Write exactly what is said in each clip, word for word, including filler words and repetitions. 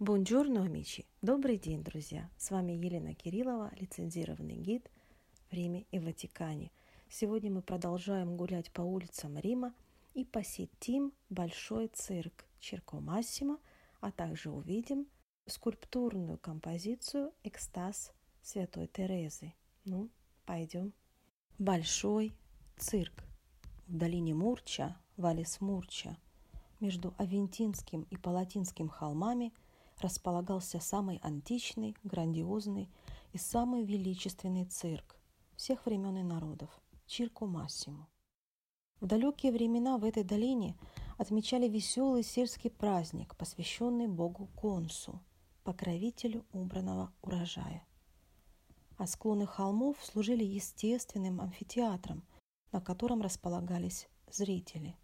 Бонджорно, амичи! Добрый день, друзья! С вами Елена Кириллова, лицензированный гид в Риме и Ватикане. Сегодня мы продолжаем гулять по улицам Рима и посетим большой цирк Цирко Массимо, а также увидим скульптурную композицию «Экстаз Святой Терезы». Ну, пойдем. Большой цирк в долине Мурча, Валес Мурча, между Авентинским и Палатинским холмами располагался самый античный, грандиозный и самый величественный цирк всех времен и народов – Цирко Массимо. В далекие времена в этой долине отмечали веселый сельский праздник, посвященный богу Консу, покровителю убранного урожая. А склоны холмов служили естественным амфитеатром, на котором располагались зрители.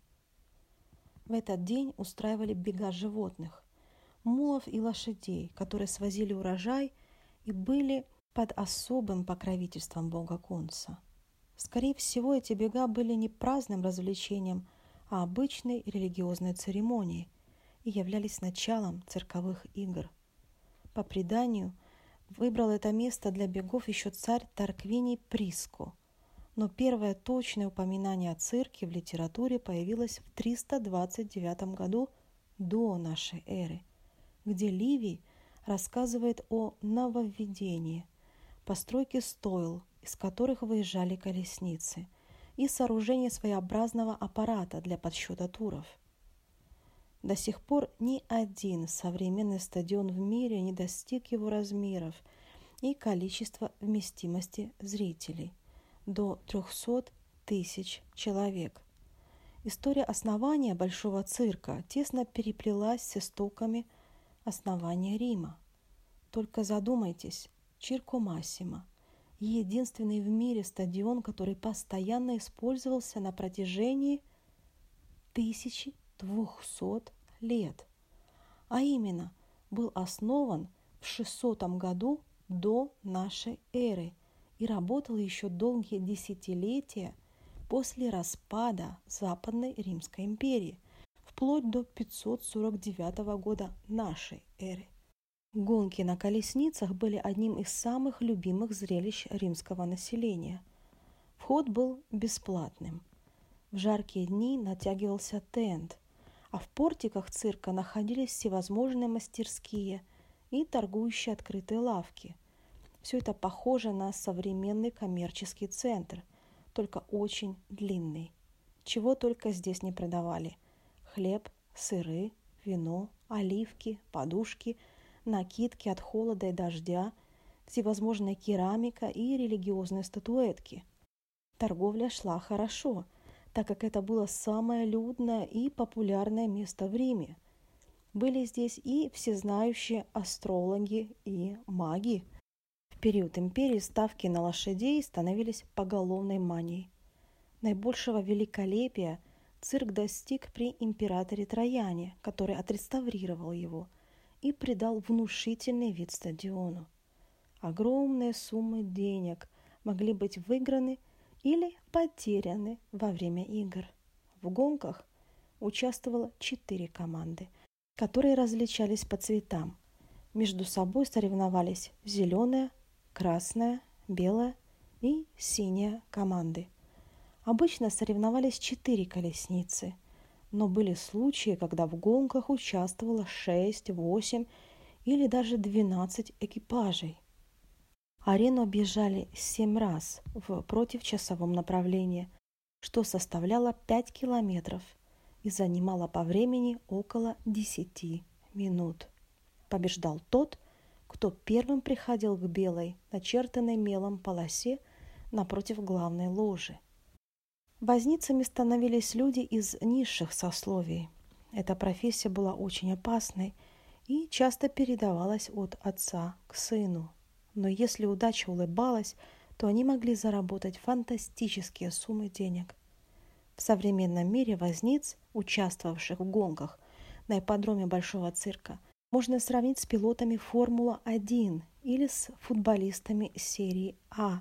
В этот день устраивали бега животных, мулов и лошадей, которые свозили урожай и были под особым покровительством бога Конса. Скорее всего, эти бега были не праздным развлечением, а обычной религиозной церемонией и являлись началом цирковых игр. По преданию, выбрал это место для бегов еще царь Тарквиний Приско, но первое точное упоминание о цирке в литературе появилось в триста двадцать девятом году до нашей эры, где Ливий рассказывает о нововведении, постройке стойл, из которых выезжали колесницы, и сооружении своеобразного аппарата для подсчета туров. До сих пор ни один современный стадион в мире не достиг его размеров и количества вместимости зрителей – до трехсот тысяч человек. История основания Большого цирка тесно переплелась с истоками основания Рима. Только задумайтесь, Цирко Массимо – единственный в мире стадион, который постоянно использовался на протяжении тысячи двухсот лет, а именно был основан в шестисотом году до нашей эры и работал еще долгие десятилетия после распада Западной Римской империи, вплоть до пятьсот сорок девятого года нашей эры. Гонки на колесницах были одним из самых любимых зрелищ римского населения. Вход был бесплатным. В жаркие дни натягивался тент, а в портиках цирка находились всевозможные мастерские и торгующие открытые лавки. Все это похоже на современный коммерческий центр, только очень длинный. Чего только здесь не продавали. Хлеб, сыры, вино, оливки, подушки, накидки от холода и дождя, всевозможная керамика и религиозные статуэтки. Торговля шла хорошо, так как это было самое людное и популярное место в Риме. Были здесь и всезнающие астрологи и маги. В период империи ставки на лошадей становились поголовной манией. Наибольшего великолепия цирк достиг при императоре Траяне, который отреставрировал его и придал внушительный вид стадиону. Огромные суммы денег могли быть выиграны или потеряны во время игр. В гонках участвовало четыре команды, которые различались по цветам. Между собой соревновались зеленая, красная, белая и синяя команды. Обычно соревновались четыре колесницы, но были случаи, когда в гонках участвовало шесть, восемь или даже двенадцать экипажей. Арену объезжали семь раз в противочасовом направлении, что составляло пять километров и занимало по времени около десяти минут. Побеждал тот, кто первым приходил к белой, начертанной мелом полосе напротив главной ложи. Возницами становились люди из низших сословий. Эта профессия была очень опасной и часто передавалась от отца к сыну. Но если удача улыбалась, то они могли заработать фантастические суммы денег. В современном мире возниц, участвовавших в гонках на ипподроме Большого цирка, можно сравнить с пилотами Формула один или с футболистами серии А.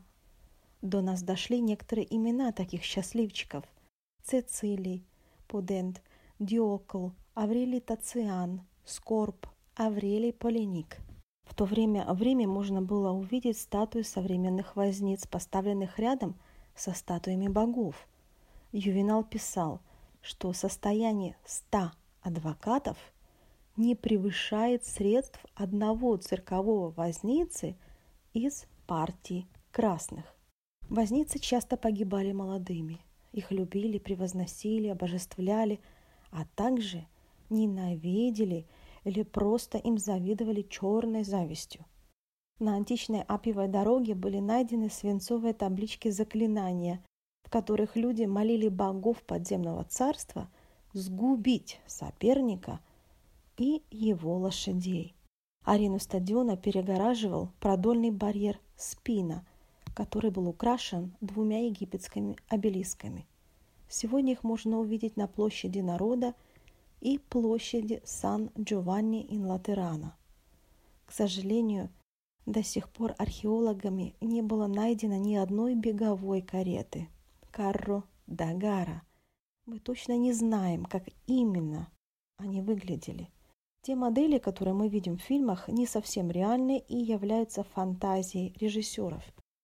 До нас дошли некоторые имена таких счастливчиков: Цецилий, Пудент, Диокл, Аврелий Тациан, Скорб, Аврелий Полиник. В то время в Риме можно было увидеть статуи современных возниц, поставленных рядом со статуями богов. Ювенал писал, что состояние ста адвокатов не превышает средств одного циркового возницы из партии красных. Возницы часто погибали молодыми. Их любили, превозносили, обожествляли, а также ненавидели или просто им завидовали черной завистью. На античной Аппиевой дороге были найдены свинцовые таблички заклинания, в которых люди молили богов подземного царства сгубить соперника и его лошадей. Арену стадиона перегораживал продольный барьер спина, который был украшен двумя египетскими обелисками. Сегодня их можно увидеть на площади народа и площади Сан-Джованни-ин-Латерано. К сожалению, до сих пор археологами не было найдено ни одной беговой кареты «Карро да Гара». Мы точно не знаем, как именно они выглядели. Те модели, которые мы видим в фильмах, не совсем реальны и являются фантазией режиссеров.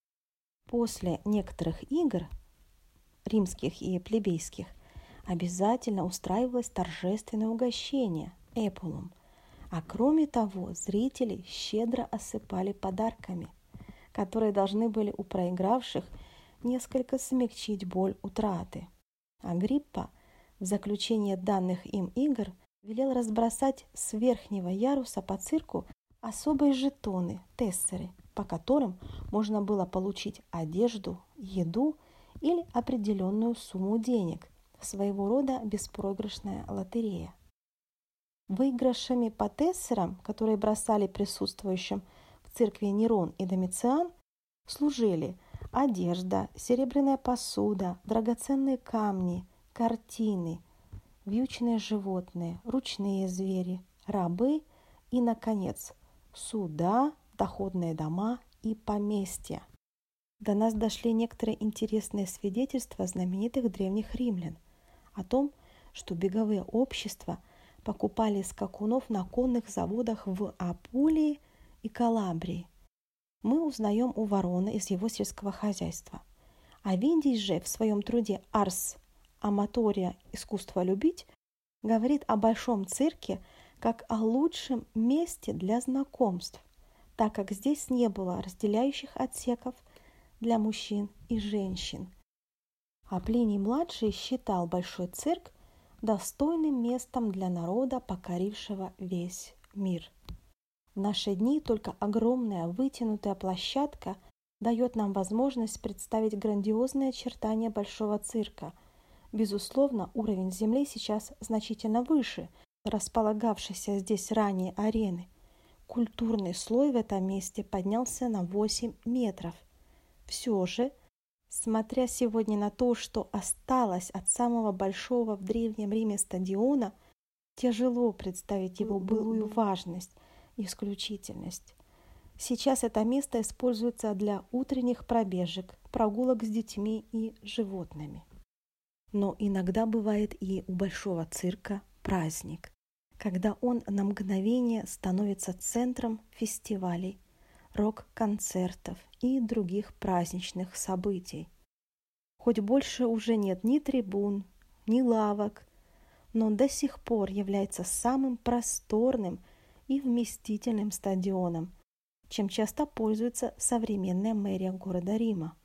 После некоторых игр, римских и плебейских, обязательно устраивалось торжественное угощение – эпулум. А кроме того, зрители щедро осыпали подарками, которые должны были у проигравших несколько смягчить боль утраты. Агриппа в заключение данных им игр велел разбросать с верхнего яруса по цирку особые жетоны – тессеры, по которым можно было получить одежду, еду или определенную сумму денег. Своего рода беспроигрышная лотерея. Выигрышами по тессерам, которые бросали присутствующим в церкви Нерон и Домициан, служили одежда, серебряная посуда, драгоценные камни, картины, вьючные животные, ручные звери, рабы и, наконец, суда, доходные дома и поместья. До нас дошли некоторые интересные свидетельства знаменитых древних римлян о том, что беговые общества покупали скакунов на конных заводах в Апулии и Калабрии. Мы узнаем у Ворона из его сельского хозяйства. Овидий же в своем труде «Арс аматория. Искусство любить» говорит о большом цирке как о лучшем месте для знакомств, так как здесь не было разделяющих отсеков для мужчин и женщин. А Плиний-младший считал большой цирк достойным местом для народа, покорившего весь мир. В наши дни только огромная вытянутая площадка дает нам возможность представить грандиозные очертания большого цирка. Безусловно, уровень земли сейчас значительно выше располагавшейся здесь ранее арены. Культурный слой в этом месте поднялся на восемь метров. Все же, смотря сегодня на то, что осталось от самого большого в Древнем Риме стадиона, тяжело представить его былую важность и исключительность. Сейчас это место используется для утренних пробежек, прогулок с детьми и животными. Но иногда бывает и у большого цирка праздник, когда он на мгновение становится центром фестивалей, рок-концертов и других праздничных событий. Хоть больше уже нет ни трибун, ни лавок, но до сих пор является самым просторным и вместительным стадионом, чем часто пользуется современная мэрия города Рима.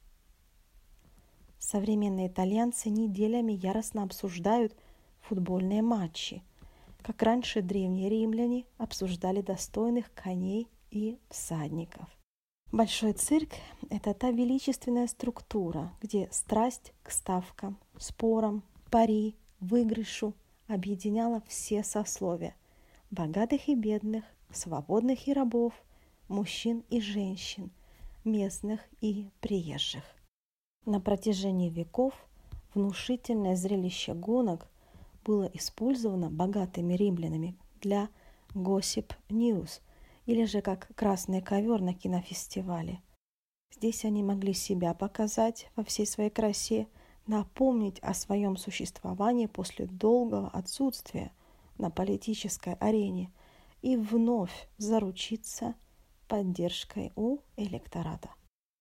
Современные итальянцы неделями яростно обсуждают футбольные матчи, как раньше древние римляне обсуждали достойных коней и всадников. Большой цирк – это та величественная структура, где страсть к ставкам, спорам, пари, выигрышу объединяла все сословия – богатых и бедных, свободных и рабов, мужчин и женщин, местных и приезжих. На протяжении веков внушительное зрелище гонок было использовано богатыми римлянами для Gossip News, или же как красный ковер на кинофестивале. Здесь они могли себя показать во всей своей красе, напомнить о своем существовании после долгого отсутствия на политической арене и вновь заручиться поддержкой у электората.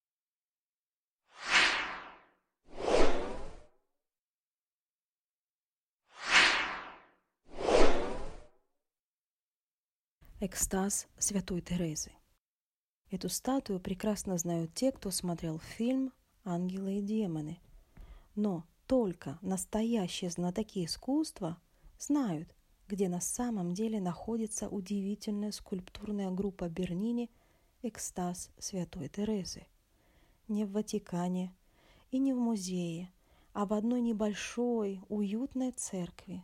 Экстаз святой Терезы. Эту статую прекрасно знают те, кто смотрел фильм «Ангелы и демоны». Но только настоящие знатоки искусства знают, где на самом деле находится удивительная скульптурная группа Бернини «Экстаз святой Терезы». Не в Ватикане и не в музее, а в одной небольшой, уютной церкви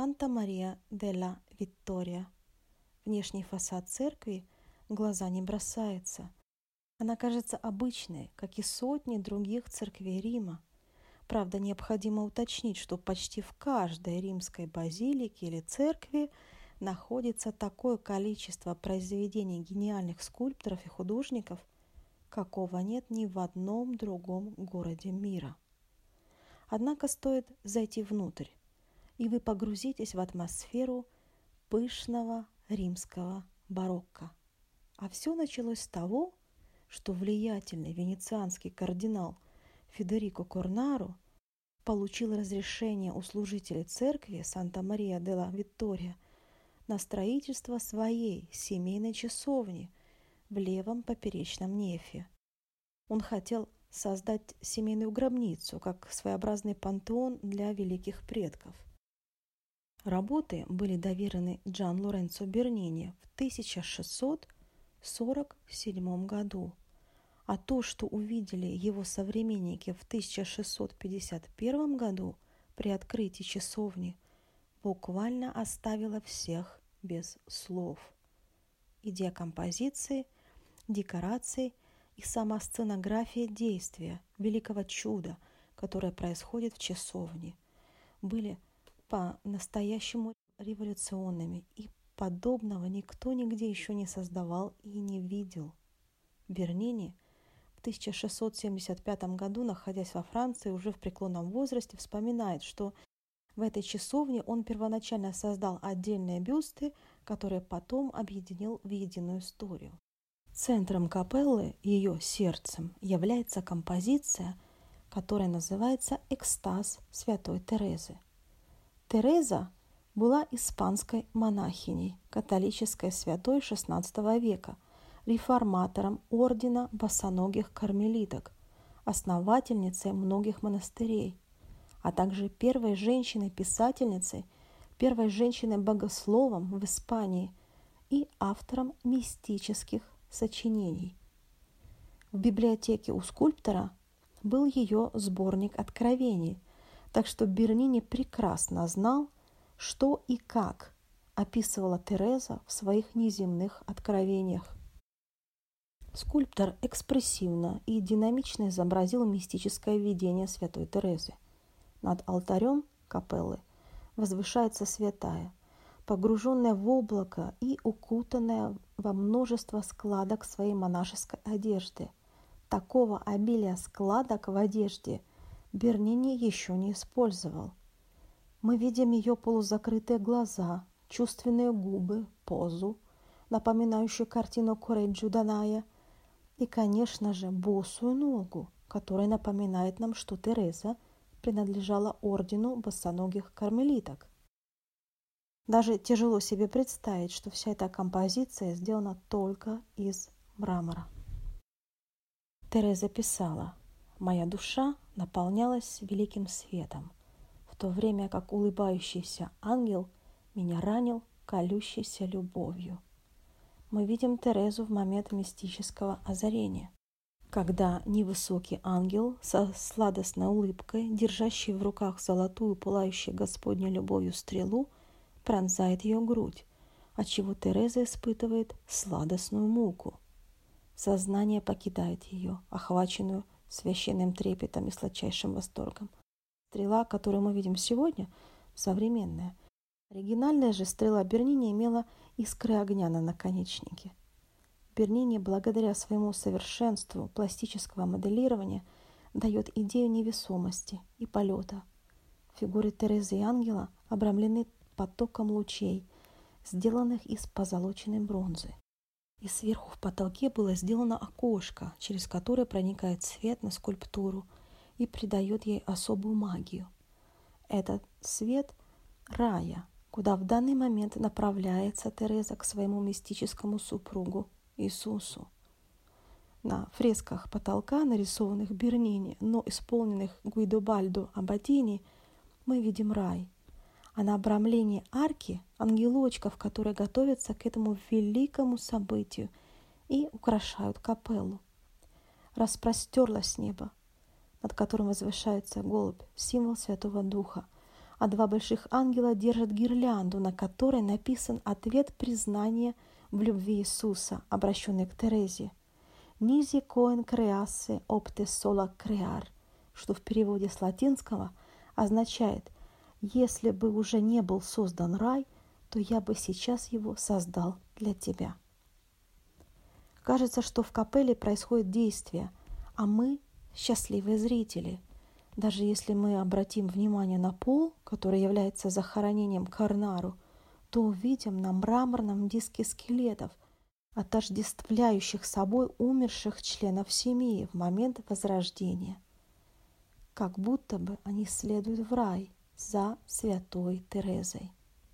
Санта-Мария-делла-Виттория. Внешний фасад церкви в глаза не бросается. Она кажется обычной, как и сотни других церквей Рима. Правда, необходимо уточнить, что почти в каждой римской базилике или церкви находится такое количество произведений гениальных скульпторов и художников, какого нет ни в одном другом городе мира. Однако стоит зайти внутрь, и вы погрузитесь в атмосферу пышного римского барокко. А все началось с того, что влиятельный венецианский кардинал Федерико Корнаро получил разрешение у служителей церкви Санта-Мария-делла-Виттория на строительство своей семейной часовни в левом поперечном нефе. Он хотел создать семейную гробницу, как своеобразный пантеон для великих предков. Работы были доверены Джан Лоренцо Бернини в тысяча шестьсот сорок седьмом году, а то, что увидели его современники в тысяча шестьсот пятьдесят первом году при открытии часовни, буквально оставило всех без слов. Идея композиции, декораций и сама сценография действия великого чуда, которое происходит в часовне, были по-настоящему революционными, и подобного никто нигде еще не создавал и не видел. Бернини в тысяча шестьсот семьдесят пятом году, находясь во Франции уже в преклонном возрасте, вспоминает, что в этой часовне он первоначально создал отдельные бюсты, которые потом объединил в единую историю. Центром капеллы, ее сердцем, является композиция, которая называется «Экстаз святой Терезы». Тереза была испанской монахиней, католической святой шестнадцатого века, реформатором ордена босоногих кармелиток, основательницей многих монастырей, а также первой женщиной-писательницей, первой женщиной-богословом в Испании и автором мистических сочинений. В библиотеке у скульптора был ее сборник откровений, так что Бернини прекрасно знал, что и как описывала Тереза в своих неземных откровениях. Скульптор экспрессивно и динамично изобразил мистическое видение святой Терезы. Над алтарем капеллы возвышается святая, погруженная в облако и укутанная во множество складок своей монашеской одежды. Такого обилия складок в одежде Бернини еще не использовал. Мы видим ее полузакрытые глаза, чувственные губы, позу, напоминающую картину Корреджо Даная, и, конечно же, босую ногу, которая напоминает нам, что Тереза принадлежала ордену босоногих кармелиток. Даже тяжело себе представить, что вся эта композиция сделана только из мрамора. Тереза писала: «Моя душа наполнялась великим светом, в то время как улыбающийся ангел меня ранил колющейся любовью». Мы видим Терезу в момент мистического озарения, когда невысокий ангел со сладостной улыбкой, держащий в руках золотую, пылающую Господней любовью стрелу, пронзает ее грудь, отчего Тереза испытывает сладостную муку. Сознание покидает ее, охваченную священным трепетом и сладчайшим восторгом. Стрела, которую мы видим сегодня, современная. Оригинальная же стрела Бернини имела искры огня на наконечнике. Бернини, благодаря своему совершенству пластического моделирования, дает идею невесомости и полета. Фигуры Терезы и ангела обрамлены потоком лучей, сделанных из позолоченной бронзы. И сверху в потолке было сделано окошко, через которое проникает свет на скульптуру и придает ей особую магию. Этот свет – рая, куда в данный момент направляется Тереза к своему мистическому супругу Иисусу. На фресках потолка, нарисованных Бернини, но исполненных Гуидобальдо Аббатини, мы видим рай, а на обрамлении арки – ангелочков, которые готовятся к этому великому событию и украшают капеллу. Распростерлось небо, над которым возвышается голубь, символ Святого Духа, а два больших ангела держат гирлянду, на которой написан ответ признания в любви Иисуса, обращенный к Терезе. «Низи коэн креасе опте сола креар», что в переводе с латинского означает «если бы уже не был создан рай, то я бы сейчас его создал для тебя». Кажется, что в капелле происходит действие, а мы – счастливые зрители. Даже если мы обратим внимание на пол, который является захоронением Корнару, то увидим на мраморном диске скелетов, отождествляющих собой умерших членов семьи в момент возрождения. Как будто бы они следуют в рай за святой Терезой.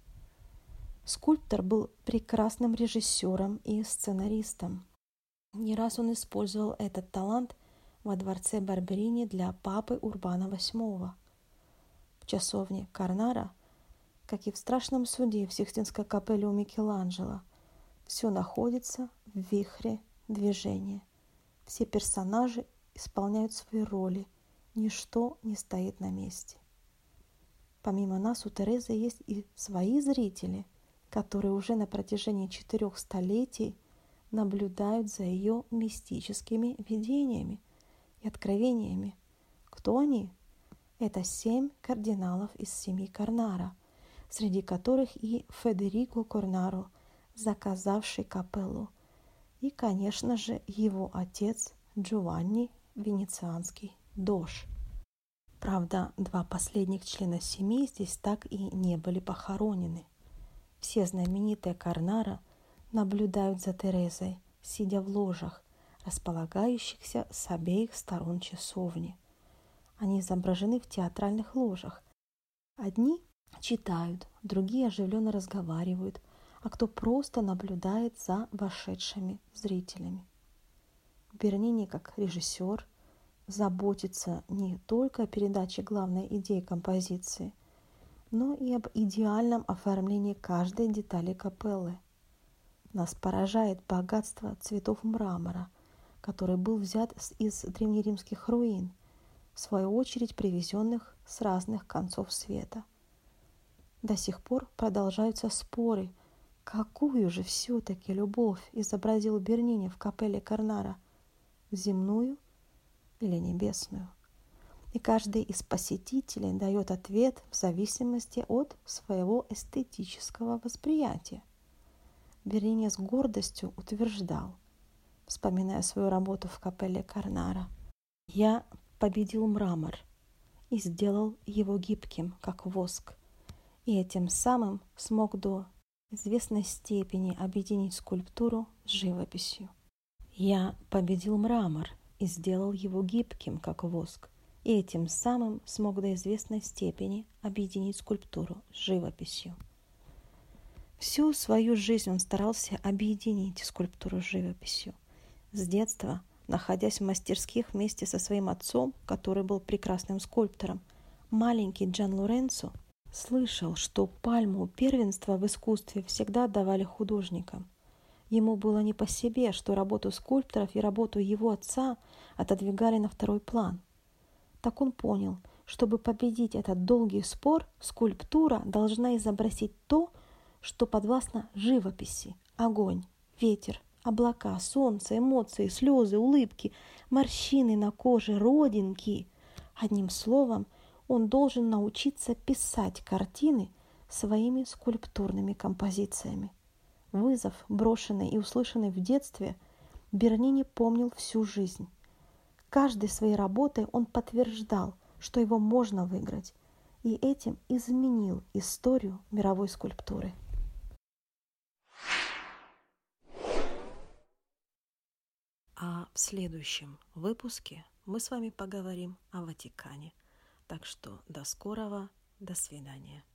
Скульптор был прекрасным режиссером и сценаристом. Не раз он использовал этот талант во дворце Барберини для папы Урбана восьмого. В часовне Корнара, как и в страшном суде в Сикстинской капелле у Микеланджело, все находится в вихре движения. Все персонажи исполняют свои роли, ничто не стоит на месте. Помимо нас у Терезы есть и свои зрители, которые уже на протяжении четырех столетий наблюдают за ее мистическими видениями и откровениями. Кто они? Это семь кардиналов из семьи Корнара, среди которых и Федерико Корнаро, заказавший капеллу, и, конечно же, его отец Джованни Венецианский дож. Правда, два последних члена семьи здесь так и не были похоронены. Все знаменитые Корнара наблюдают за Терезой, сидя в ложах, располагающихся с обеих сторон часовни. Они изображены в театральных ложах. Одни читают, другие оживленно разговаривают, а кто просто наблюдает за вошедшими зрителями. Бернини, как режиссер, заботится не только о передаче главной идеи композиции, но и об идеальном оформлении каждой детали капеллы. Нас поражает богатство цветов мрамора, который был взят из древнеримских руин, в свою очередь привезенных с разных концов света. До сих пор продолжаются споры, какую же все-таки любовь изобразил Бернини в капелле Корнара – земную или небесную. И каждый из посетителей дает ответ в зависимости от своего эстетического восприятия. Бернини с гордостью утверждал, вспоминая свою работу в капелле Корнара: «Я победил мрамор и сделал его гибким, как воск, и этим самым смог до известной степени объединить скульптуру с живописью. Я победил мрамор и сделал его гибким, как воск, и этим самым смог до известной степени объединить скульптуру с живописью». Всю свою жизнь он старался объединить скульптуру с живописью. С детства, находясь в мастерских вместе со своим отцом, который был прекрасным скульптором, маленький Джан Лоренцо слышал, что пальму первенства в искусстве всегда давали художникам. Ему было не по себе, что работу скульпторов и работу его отца отодвигали на второй план. Так он понял, чтобы победить этот долгий спор, скульптура должна изобразить то, что подвластно живописи: огонь, ветер, облака, солнце, эмоции, слезы, улыбки, морщины на коже, родинки. Одним словом, он должен научиться писать картины своими скульптурными композициями. Вызов, брошенный и услышанный в детстве, Бернини помнил всю жизнь. Каждой своей работой он подтверждал, что его можно выиграть, и этим изменил историю мировой скульптуры. А в следующем выпуске мы с вами поговорим о Ватикане. Так что до скорого, до свидания.